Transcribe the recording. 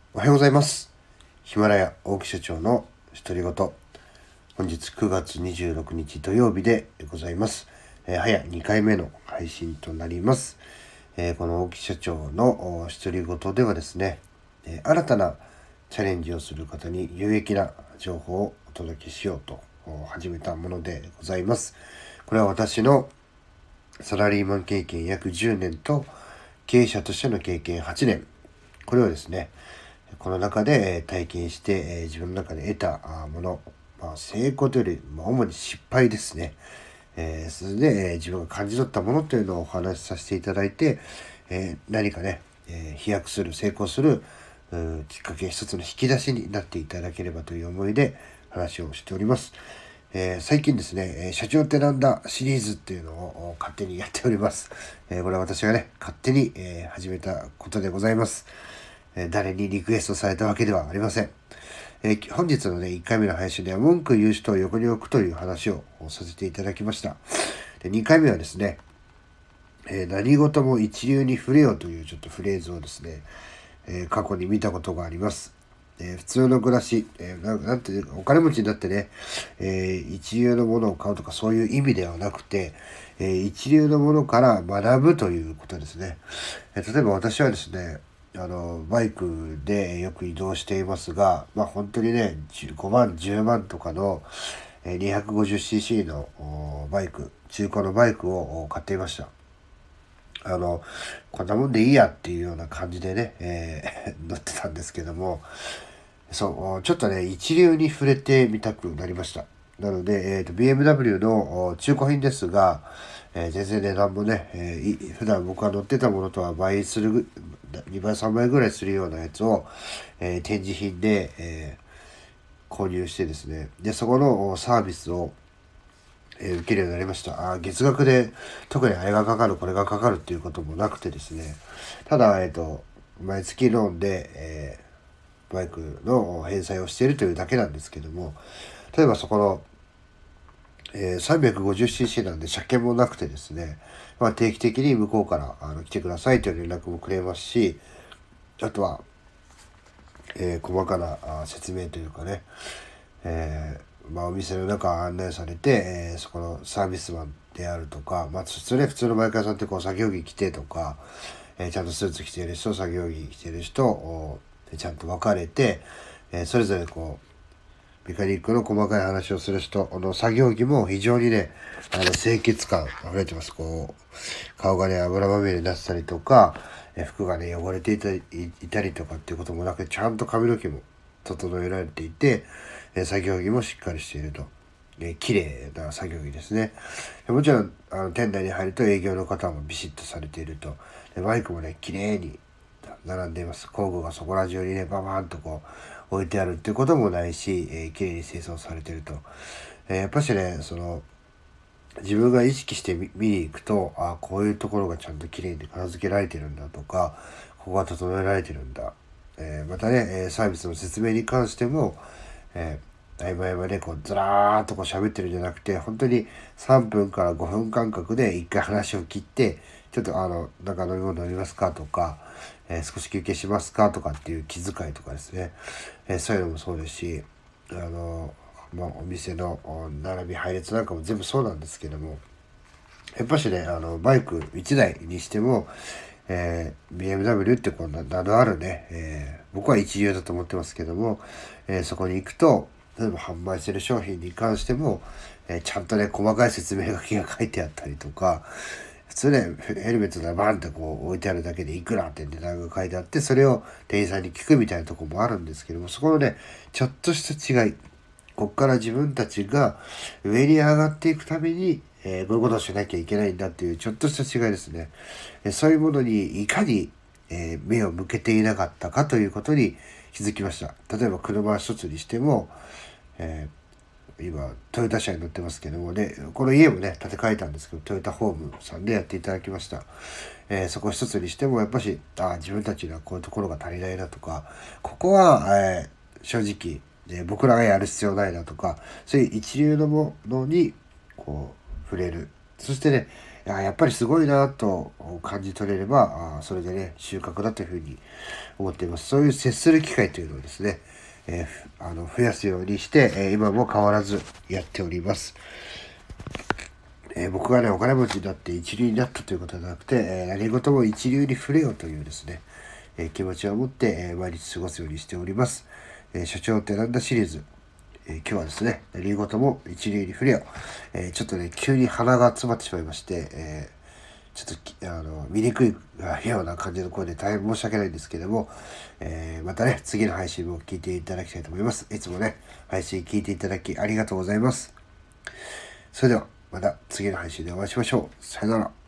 おはようございます。ヒマラヤ大木社長の独り言。本日9月26日土曜日でございます。早2回目の配信となります。この大木社長の独り言ではですね、新たなチャレンジをする方に有益な情報をお届けしようと始めたものでございます。これは私のサラリーマン経験約10年と経営者としての経験8年。これをですね、この中で体験して自分の中で得たもの、成功というより、主に失敗ですね。それで自分が感じ取ったものというのをお話しさせていただいて、何かね、飛躍する、成功するきっかけ、一つの引き出しになっていただければという思いで話をしております。最近ですね、社長ってなんだシリーズっていうのを勝手にやっております。これは私がね、勝手に始めたことでございます。誰にリクエストされたわけではありません。本日のね、1回目の配信では文句言う人を横に置くという話をさせていただきました。で、2回目はですね、何事も一流に触れよというちょっとフレーズをですね、過去に見たことがあります。普通の暮らし、なんてお金持ちになってね、一流のものを買うとかそういう意味ではなくて、一流のものから学ぶということですね。例えば私はですね、バイクでよく移動していますが、本当にね、5万、10万とかの 250cc のバイク、中古のバイクを買っていました。こんなもんでいいやっていうような感じでね、乗ってたんですけども、そう、ちょっとね、一流に触れてみたくなりました。なので、BMW の中古品ですが、全然値段もね、普段僕が乗ってたものとは倍する、2倍3倍ぐらいするようなやつを、展示品で、購入してですね、で、そこのサービスを、受けるようになりました。月額で特にあれがかかる、これがかかるっていうこともなくてですね、ただ、毎月ローンで、バイクの返済をしているというだけなんですけども、例えばそこの、350cc なんで車検もなくてですね、定期的に向こうから来てくださいという連絡もくれますし、あとは、細かな説明というかね、お店の中案内されて、そこのサービスマンであるとか、普通のバイク屋さんってこう作業着着てとか、ちゃんとスーツ着てる人、作業着着てる人でちゃんと分かれて、それぞれこうメカニックの細かい話をする人の作業着も非常にね、清潔感溢れてます。こう顔がね油まみれになってたりとか、服がね汚れていたりとかっていうこともなく、ちゃんと髪の毛も整えられていて、作業着もしっかりしていると。綺麗な作業着ですね。もちろん店内に入ると営業の方もビシッとされていると。バイクもね綺麗に並んでいます。工具がそこら中にねババーンとこう置いてあるっていうこともないし、綺麗に清掃されていると。やっぱしね、その自分が意識して見に行くと、こういうところがちゃんと綺麗に片付けられてるんだとか、ここが整えられてるんだ。またね、サービスの説明に関しても、合間合間でこうずらーっとこう喋ってるんじゃなくて、本当に3分から5分間隔で一回話を切って、ちょっとなんか飲み物飲みますかとか、少し休憩しますかとかっていう気遣いとかですね、そういうのもそうですし、お店の並び配列なんかも全部そうなんですけども、やっぱしね、バイク1台にしても、BMW ってこう名のあるね、僕は一流だと思ってますけども、そこに行くと、例えば販売してる商品に関しても、ちゃんとね、細かい説明書きが書いてあったりとか、普通ね、ヘルメットがバンってこう置いてあるだけでいくらって値段が書いてあって、それを店員さんに聞くみたいなところもあるんですけども、そこのね、ちょっとした違い、こっから自分たちが上に上がっていくために、こういうことをしなきゃいけないんだっていうちょっとした違いですね。そういうものにいかに、目を向けていなかったかということに気づきました。例えば車一つにしても、今トヨタ車に乗ってますけどもね、この家もね建て替えたんですけど、トヨタホームさんでやっていただきました。そこ一つにしてもやっぱし自分たちにはこういうところが足りないなとか、ここは、正直、僕らがやる必要ないなとか、そういう一流のものにこう触れる。そしてね、 やっぱりすごいなと感じ取れれば、それでね、収穫だというふうに思っています。そういう接する機会というのをですね、増やすようにして、今も変わらずやっております。僕がね、お金持ちになって一流になったということではなくて、何事も一流に触れようというですね、気持ちを持って、毎日過ごすようにしております。所長ってなんだシリーズ。今日はですね、何事も一流に触れよ。ちょっとね、急に鼻が詰まってしまいまして、ちょっと見にくいような感じの声で大変申し訳ないんですけども、またね、次の配信も聞いていただきたいと思います。いつもね、配信聞いていただきありがとうございます。それでは、また次の配信でお会いしましょう。さよなら。